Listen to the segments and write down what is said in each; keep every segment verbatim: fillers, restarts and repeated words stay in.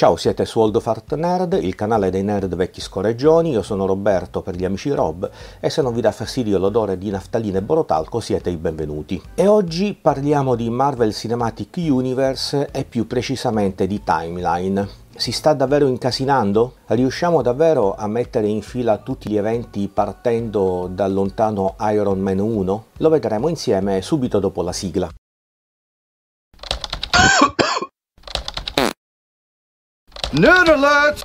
Ciao, siete su Old Fart Nerd, il canale dei nerd vecchi scorreggioni. Io sono Roberto per gli amici Rob e se non vi dà fastidio l'odore di naftalina e borotalco siete i benvenuti. E oggi parliamo di Marvel Cinematic Universe e più precisamente di timeline. Si sta davvero incasinando? Riusciamo davvero a mettere in fila tutti gli eventi partendo dal lontano Iron Man uno? Lo vedremo insieme subito dopo la sigla. Nerd Alert!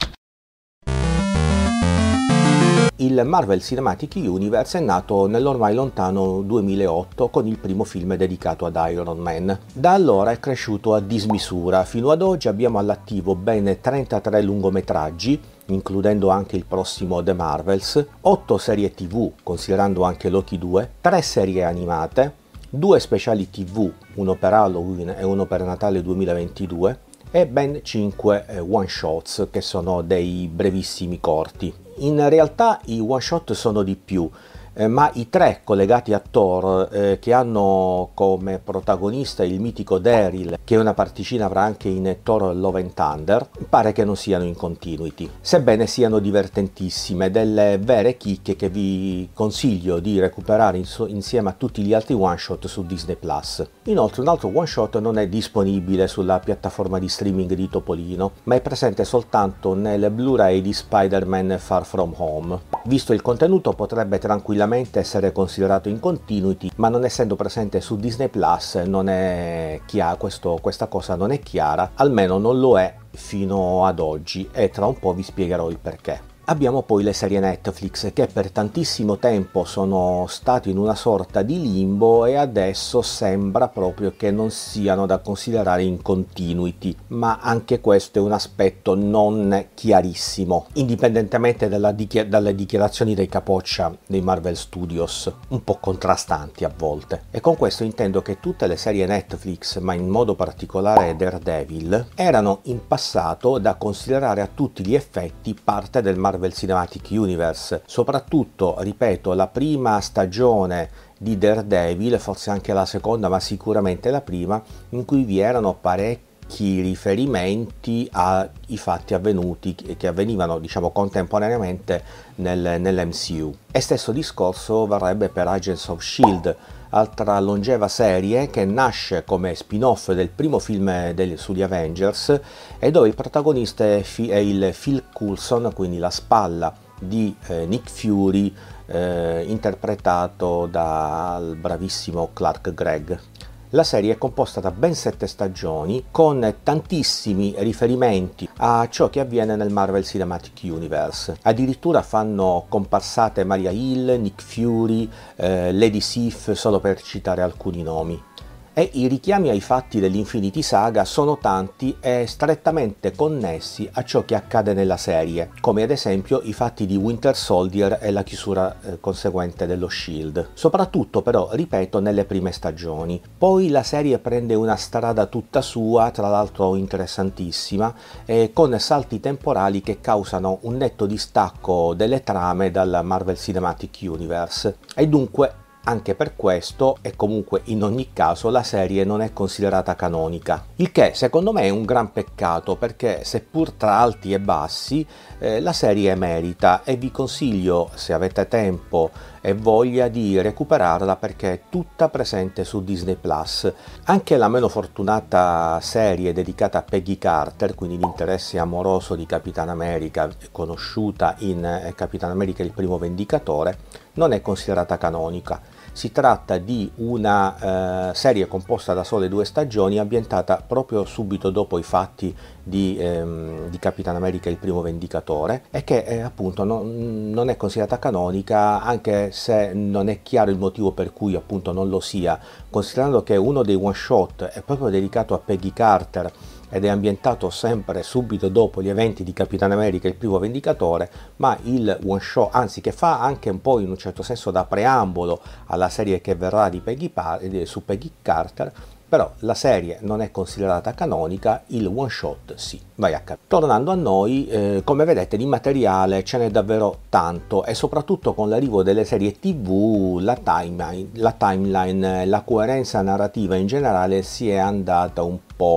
Il Marvel Cinematic Universe è nato nell'ormai lontano duemilaotto con il primo film dedicato ad Iron Man. Da allora è cresciuto a dismisura. Fino ad oggi abbiamo all'attivo ben trentatré lungometraggi, includendo anche il prossimo The Marvels, otto serie tv, considerando anche Loki due, tre serie animate, due speciali tv, uno per Halloween e uno per Natale duemilaventidue, e ben cinque eh, one shots che sono dei brevissimi corti. In realtà i one shot sono di più, eh, ma i tre collegati a Thor eh, che hanno come protagonista il mitico Daryl, che una particina avrà anche in Thor Love and Thunder, pare che non siano in continuity, sebbene siano divertentissime, delle vere chicche che vi consiglio di recuperare ins- insieme a tutti gli altri one shot su Disney Plus. Inoltre un altro one shot non è disponibile sulla piattaforma di streaming di Topolino, ma è presente soltanto nel Blu-ray di Spider-Man Far From Home. Visto il contenuto potrebbe tranquillamente essere considerato in continuity, ma non essendo presente su Disney Plus non è chiaro, questo, questa cosa non è chiara, almeno non lo è fino ad oggi, e tra un po' vi spiegherò il perché. Abbiamo poi le serie Netflix che per tantissimo tempo sono state in una sorta di limbo e adesso sembra proprio che non siano da considerare in continuity, ma anche questo è un aspetto non chiarissimo, indipendentemente dalla dichi- dalle dichiarazioni dei capoccia dei Marvel Studios, un po' contrastanti a volte. E con questo intendo che tutte le serie Netflix, ma in modo particolare Daredevil, erano in passato da considerare a tutti gli effetti parte del Marvel Cinematic Universe, soprattutto, ripeto, la prima stagione di Daredevil, forse anche la seconda, ma sicuramente la prima, in cui vi erano parecchi riferimenti ai fatti avvenuti che avvenivano, diciamo, contemporaneamente nel, nell'M C U. E stesso discorso varrebbe per Agents of Shield, altra longeva serie che nasce come spin-off del primo film del, sugli Avengers e dove il protagonista è, fi, è il Phil Coulson, quindi la spalla di eh, Nick Fury, eh, interpretato dal bravissimo Clark Gregg. La serie è composta da ben sette stagioni con tantissimi riferimenti a ciò che avviene nel Marvel Cinematic Universe. Addirittura fanno comparsate Maria Hill, Nick Fury, eh, Lady Sif, solo per citare alcuni nomi. E i richiami ai fatti dell'Infinity Saga sono tanti e strettamente connessi a ciò che accade nella serie, come ad esempio i fatti di Winter Soldier e la chiusura eh, conseguente dello Shield. Soprattutto però, ripeto, nelle prime stagioni. Poi la serie prende una strada tutta sua, tra l'altro interessantissima, eh, con salti temporali che causano un netto distacco delle trame dal Marvel Cinematic Universe. E dunque anche per questo, e comunque in ogni caso, la serie non è considerata canonica, il che secondo me è un gran peccato, perché seppur tra alti e bassi eh, la serie merita, e vi consiglio, se avete tempo e voglia, di recuperarla perché è tutta presente su Disney Plus. Anche la meno fortunata serie dedicata a Peggy Carter, quindi l'interesse amoroso di Capitan America, conosciuta in eh, Capitan America il primo Vendicatore, non è considerata canonica. Si tratta di una eh, serie composta da sole due stagioni, ambientata proprio subito dopo i fatti di, ehm, di Capitan America il primo Vendicatore, e che eh, appunto non, non è considerata canonica, anche se non è chiaro il motivo per cui appunto non lo sia, considerando che uno dei one shot è proprio dedicato a Peggy Carter ed è ambientato sempre subito dopo gli eventi di Capitan America il primo Vendicatore, ma il one shot, anzi, che fa anche un po' in un certo senso da preambolo alla serie che verrà di Peggy pa- su Peggy Carter, però la serie non è considerata canonica, il one shot sì, vai a capire. Tornando a noi, eh, come vedete di materiale ce n'è davvero tanto, e soprattutto con l'arrivo delle serie tv la timeline, la timeline, la coerenza narrativa in generale si è andata un po'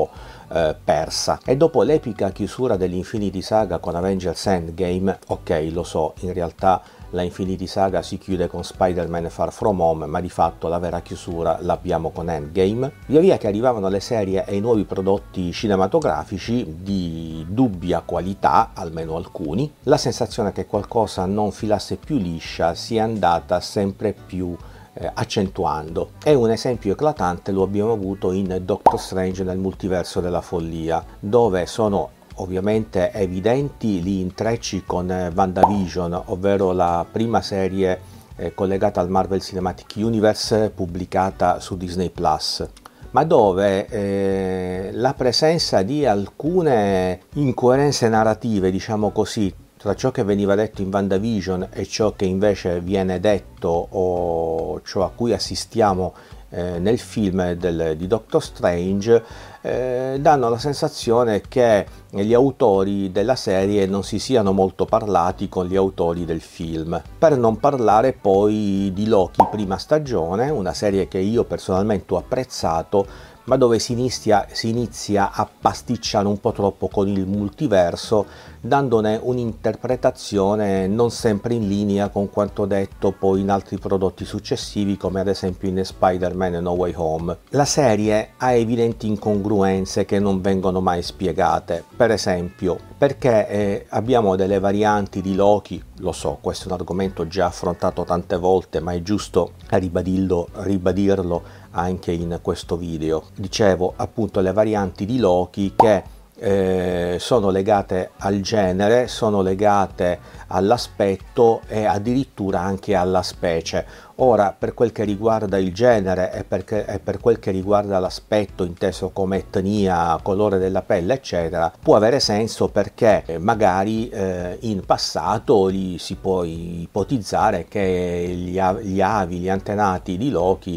eh, persa. E dopo l'epica chiusura dell'Infinity Saga con Avengers Endgame, ok, lo so, in realtà la Infinity Saga si chiude con Spider-Man Far From Home, ma di fatto la vera chiusura l'abbiamo con Endgame. Via via che arrivavano le serie e i nuovi prodotti cinematografici di dubbia qualità, almeno alcuni, la sensazione che qualcosa non filasse più liscia si è andata sempre più eh, accentuando. E un esempio eclatante lo abbiamo avuto in Doctor Strange nel multiverso della follia, dove sono ovviamente evidenti gli intrecci con WandaVision, ovvero la prima serie eh, collegata al Marvel Cinematic Universe pubblicata su Disney Plus, ma dove eh, la presenza di alcune incoerenze narrative, diciamo così, tra ciò che veniva detto in WandaVision e ciò che invece viene detto o ciò a cui assistiamo eh, nel film del, di Doctor Strange, eh, danno la sensazione che gli autori della serie non si siano molto parlati con gli autori del film. Per non parlare poi di Loki prima stagione, una serie che io personalmente ho apprezzato, ma dove si inizia, si inizia a pasticciare un po' troppo con il multiverso, dandone un'interpretazione non sempre in linea con quanto detto poi in altri prodotti successivi, come ad esempio in Spider-Man No Way Home. La serie ha evidenti incongruenze che non vengono mai spiegate, per esempio perché eh, abbiamo delle varianti di Loki. Lo so, questo è un argomento già affrontato tante volte, ma è giusto ribadirlo, ribadirlo anche in questo video. Dicevo appunto le varianti di Loki che eh, sono legate al genere, sono legate all'aspetto e addirittura anche alla specie. Ora, per quel che riguarda il genere e, perché, e per quel che riguarda l'aspetto inteso come etnia, colore della pelle eccetera, può avere senso perché eh, magari eh, in passato gli si può ipotizzare che gli, gli avi, gli antenati di Loki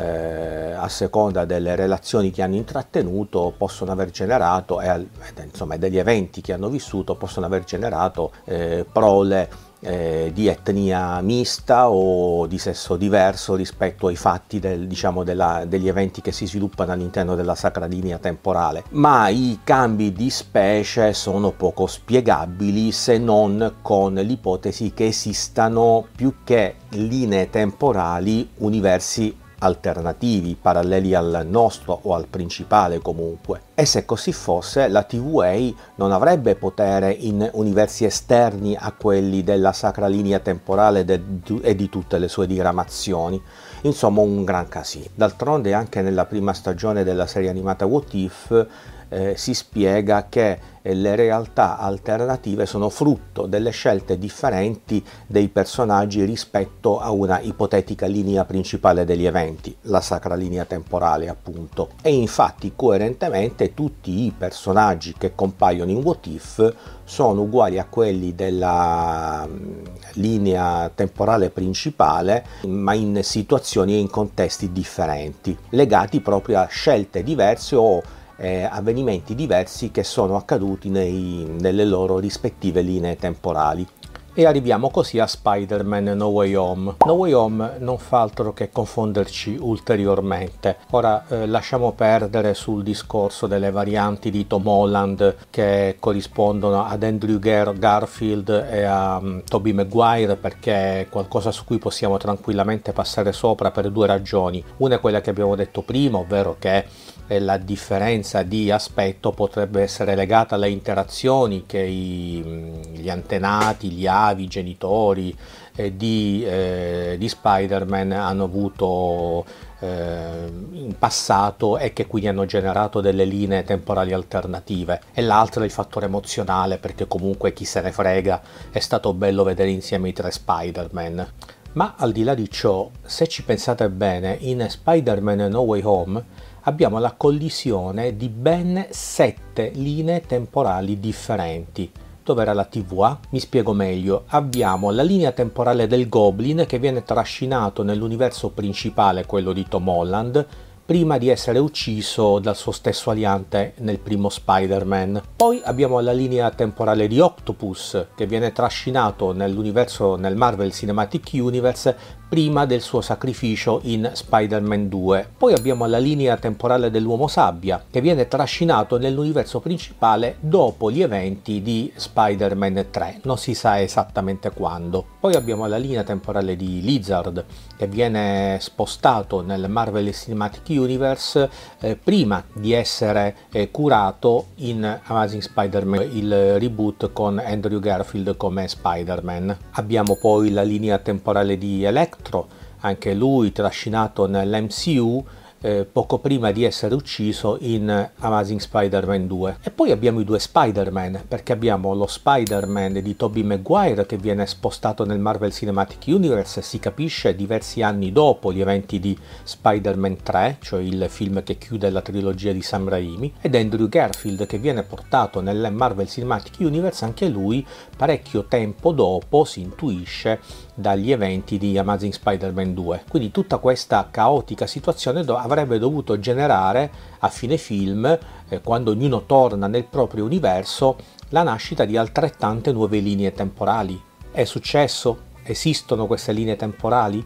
Eh, a seconda delle relazioni che hanno intrattenuto possono aver generato e eh, insomma degli eventi che hanno vissuto possono aver generato eh, prole eh, di etnia mista o di sesso diverso rispetto ai fatti del, diciamo, della, degli eventi che si sviluppano all'interno della sacra linea temporale, ma i cambi di specie sono poco spiegabili se non con l'ipotesi che esistano più che linee temporali universi alternativi, paralleli al nostro o al principale comunque. E se così fosse, la T V A non avrebbe potere in universi esterni a quelli della sacra linea temporale de- e di tutte le sue diramazioni. Insomma, un gran casino. D'altronde anche nella prima stagione della serie animata What If eh, si spiega che eh, le realtà alternative sono frutto delle scelte differenti dei personaggi rispetto a una ipotetica linea principale degli eventi, la sacra linea temporale appunto. E infatti coerentemente tutti i personaggi che compaiono in What If sono uguali a quelli della mh, linea temporale principale, ma in situazioni e in contesti differenti, legati proprio a scelte diverse o Eh, avvenimenti diversi che sono accaduti nei, nelle loro rispettive linee temporali. E arriviamo così a Spider-Man No Way Home. No Way Home non fa altro che confonderci ulteriormente. Ora eh, lasciamo perdere sul discorso delle varianti di Tom Holland che corrispondono ad Andrew Gar- Garfield e a um, Tobey Maguire, perché è qualcosa su cui possiamo tranquillamente passare sopra per due ragioni. Una è quella che abbiamo detto prima, ovvero che la differenza di aspetto potrebbe essere legata alle interazioni che i, gli antenati, gli avi, i genitori eh, di, eh, di Spider-Man hanno avuto eh, in passato e che quindi hanno generato delle linee temporali alternative. E l'altro è il fattore emozionale, perché comunque chi se ne frega, è stato bello vedere insieme i tre Spider-Man. Ma al di là di ciò, se ci pensate bene, in Spider-Man No Way Home abbiamo la collisione di ben sette linee temporali differenti. Dov'era la T V A? Mi spiego meglio. Abbiamo la linea temporale del Goblin che viene trascinato nell'universo principale, quello di Tom Holland, prima di essere ucciso dal suo stesso aliante nel primo Spider-Man. Poi abbiamo la linea temporale di Octopus, che viene trascinato nell'universo, nel Marvel Cinematic Universe, prima del suo sacrificio in Spider-Man due. Poi abbiamo la linea temporale dell'Uomo Sabbia, che viene trascinato nell'universo principale dopo gli eventi di Spider-Man tre, non si sa esattamente quando. Poi abbiamo la linea temporale di Lizard, che viene spostato nel Marvel Cinematic Universe eh, prima di essere eh, curato in Amazing Spider-Man, il reboot con Andrew Garfield come Spider-Man. Abbiamo poi la linea temporale di Electro, anche lui trascinato nell'M C U eh, poco prima di essere ucciso in Amazing Spider-Man due. E poi abbiamo i due Spider-Man, perché abbiamo lo Spider-Man di Tobey Maguire che viene spostato nel Marvel Cinematic Universe, si capisce diversi anni dopo gli eventi di Spider-Man tre, cioè il film che chiude la trilogia di Sam Raimi, ed Andrew Garfield che viene portato nel Marvel Cinematic Universe anche lui parecchio tempo dopo, si intuisce, dagli eventi di Amazing Spider-Man due. Quindi tutta questa caotica situazione do- avrebbe dovuto generare a fine film, eh, quando ognuno torna nel proprio universo, la nascita di altrettante nuove linee temporali. È successo? Esistono queste linee temporali?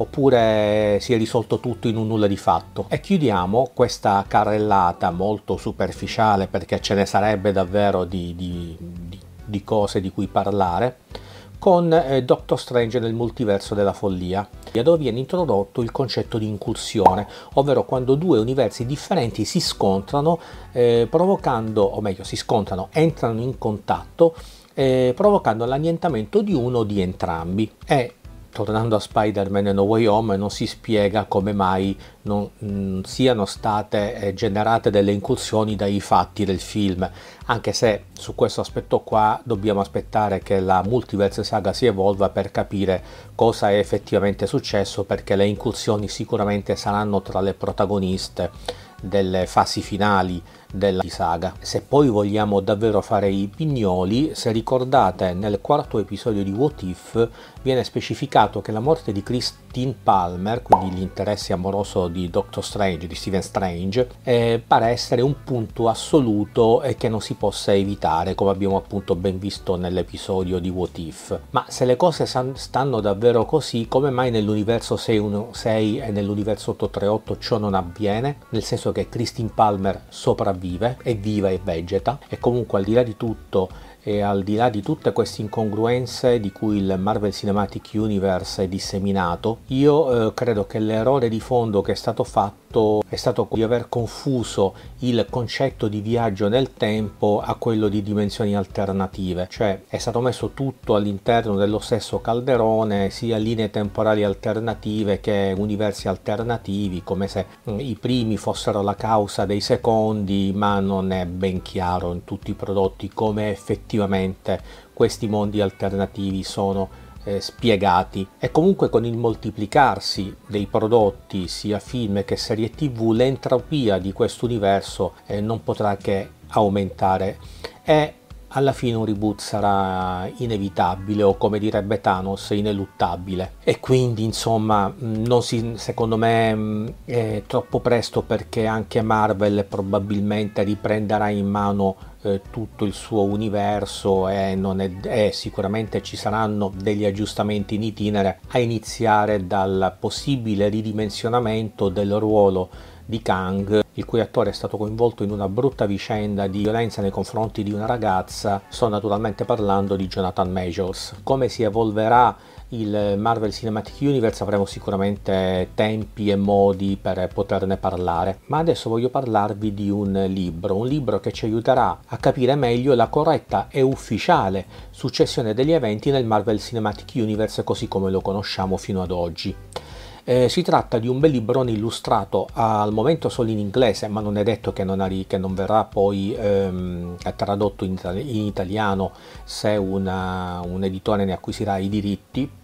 Oppure si è risolto tutto in un nulla di fatto? E chiudiamo questa carrellata molto superficiale, perché ce ne sarebbe davvero di, di, di, di cose di cui parlare, con eh, Doctor Strange nel multiverso della follia, dove viene introdotto il concetto di incursione, ovvero quando due universi differenti si scontrano, eh, provocando, o meglio si scontrano, entrano in contatto, eh, provocando l'annientamento di uno o di entrambi. E tornando a Spider-Man No Way Home, non si spiega come mai non mh, siano state eh, generate delle incursioni dai fatti del film, anche se su questo aspetto qua dobbiamo aspettare che la Multiverse Saga si evolva per capire cosa è effettivamente successo, perché le incursioni sicuramente saranno tra le protagoniste delle fasi finali della saga. Se poi vogliamo davvero fare i pignoli, se ricordate nel quarto episodio di What If viene specificato che la morte di Christine Palmer, quindi l'interesse amoroso di Doctor Strange, di Stephen Strange, eh, pare essere un punto assoluto e che non si possa evitare, come abbiamo appunto ben visto nell'episodio di What If. Ma se le cose san- stanno davvero così, come mai nell'universo sei uno sei e nell'universo ottocentotrentotto ciò non avviene? Nel senso che Christine Palmer sopravvive, è viva e vegeta, e comunque al di là di tutto e al di là di tutte queste incongruenze di cui il Marvel Cinematic Universe è disseminato, io eh, credo che l'errore di fondo che è stato fatto è stato di aver confuso il concetto di viaggio nel tempo a quello di dimensioni alternative, cioè è stato messo tutto all'interno dello stesso calderone, sia linee temporali alternative che universi alternativi, come se mh, i primi fossero la causa dei secondi, ma non è ben chiaro in tutti i prodotti come effettivamente questi mondi alternativi sono eh, spiegati. E comunque con il moltiplicarsi dei prodotti sia film che serie tv, l'entropia di questo universo eh, non potrà che aumentare, e alla fine un reboot sarà inevitabile, o come direbbe Thanos, ineluttabile. E quindi insomma non si, secondo me è troppo presto, perché anche Marvel probabilmente riprenderà in mano eh, tutto il suo universo, e, non è, e sicuramente ci saranno degli aggiustamenti in itinere, a iniziare dal possibile ridimensionamento del ruolo di Kang, il cui attore è stato coinvolto in una brutta vicenda di violenza nei confronti di una ragazza. Sto naturalmente parlando di Jonathan Majors. Come si evolverà il Marvel Cinematic Universe avremo sicuramente tempi e modi per poterne parlare, ma adesso voglio parlarvi di un libro, un libro che ci aiuterà a capire meglio la corretta e ufficiale successione degli eventi nel Marvel Cinematic Universe così come lo conosciamo fino ad oggi. Eh, si tratta di un bel librone illustrato al momento solo in inglese, ma non è detto che non, arri- che non verrà poi ehm, tradotto in, in italiano se una, un editore ne acquisirà i diritti.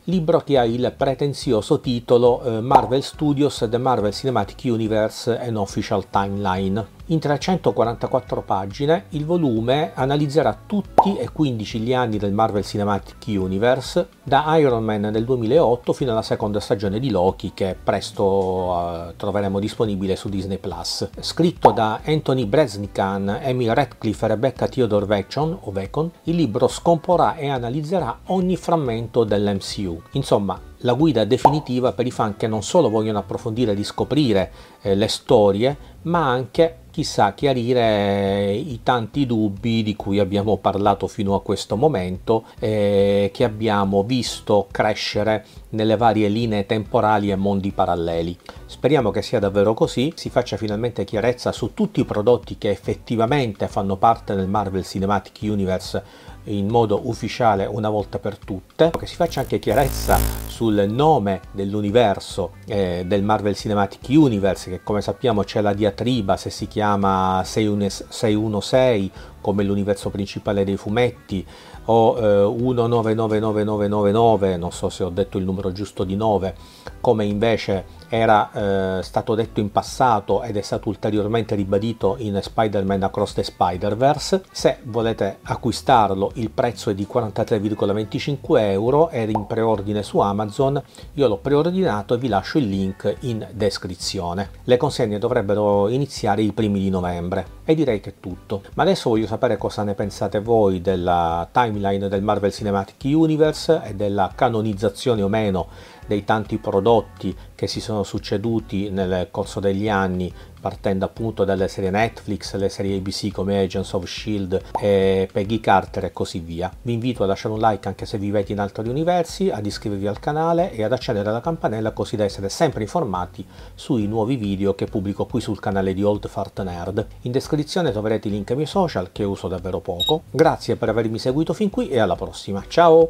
libro che ha il pretenzioso titolo eh, Marvel Studios The Marvel Cinematic Universe An Official Timeline. In trecentoquarantaquattro pagine il volume analizzerà tutti e quindici gli anni del Marvel Cinematic Universe, da Iron Man del duemilaotto fino alla seconda stagione di Loki, che presto uh, troveremo disponibile su Disney plus. Scritto da Anthony Breznican, Emil Radcliffe e Rebecca Theodore Vachon, o Vachon, il libro scomporrà e analizzerà ogni frammento dell'M C U. Insomma, la guida definitiva per i fan che non solo vogliono approfondire e riscoprire eh, le storie, ma anche, chissà, chiarire i tanti dubbi di cui abbiamo parlato fino a questo momento, eh, che abbiamo visto crescere nelle varie linee temporali e mondi paralleli. Speriamo che sia davvero così, si faccia finalmente chiarezza su tutti i prodotti che effettivamente fanno parte del Marvel Cinematic Universe in modo ufficiale una volta per tutte, che si faccia anche chiarezza sul nome dell'universo eh, del Marvel Cinematic Universe, che come sappiamo c'è la diatriba se si chiama seicentosettantasei come l'universo principale dei fumetti o eh, uno nove nove nove nove nove nove, non so se ho detto il numero giusto di nove, come invece era eh, stato detto in passato ed è stato ulteriormente ribadito in Spider-Man Across the Spider-Verse. Se volete acquistarlo il prezzo è di quarantatré virgola venticinque euro, è in preordine su Amazon, io l'ho preordinato e vi lascio il link in descrizione. Le consegne dovrebbero iniziare i primi di novembre e direi che è tutto. Ma adesso voglio sapere cosa ne pensate voi della timeline del Marvel Cinematic Universe e della canonizzazione o meno dei tanti prodotti che si sono succeduti nel corso degli anni, partendo appunto dalle serie Netflix, le serie A B C come Agents of Shield e Peggy Carter e così via. Vi invito a lasciare un like anche se vivete in altri universi, ad iscrivervi al canale e ad accendere la campanella così da essere sempre informati sui nuovi video che pubblico qui sul canale di Old Fart Nerd. In descrizione troverete i link ai miei social che uso davvero poco. Grazie per avermi seguito fin qui e alla prossima. Ciao!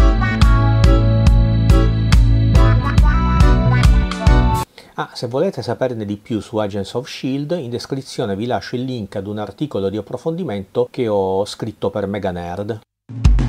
Ah, se volete saperne di più su Agents of Shield, in descrizione vi lascio il link ad un articolo di approfondimento che ho scritto per Mega Nerd.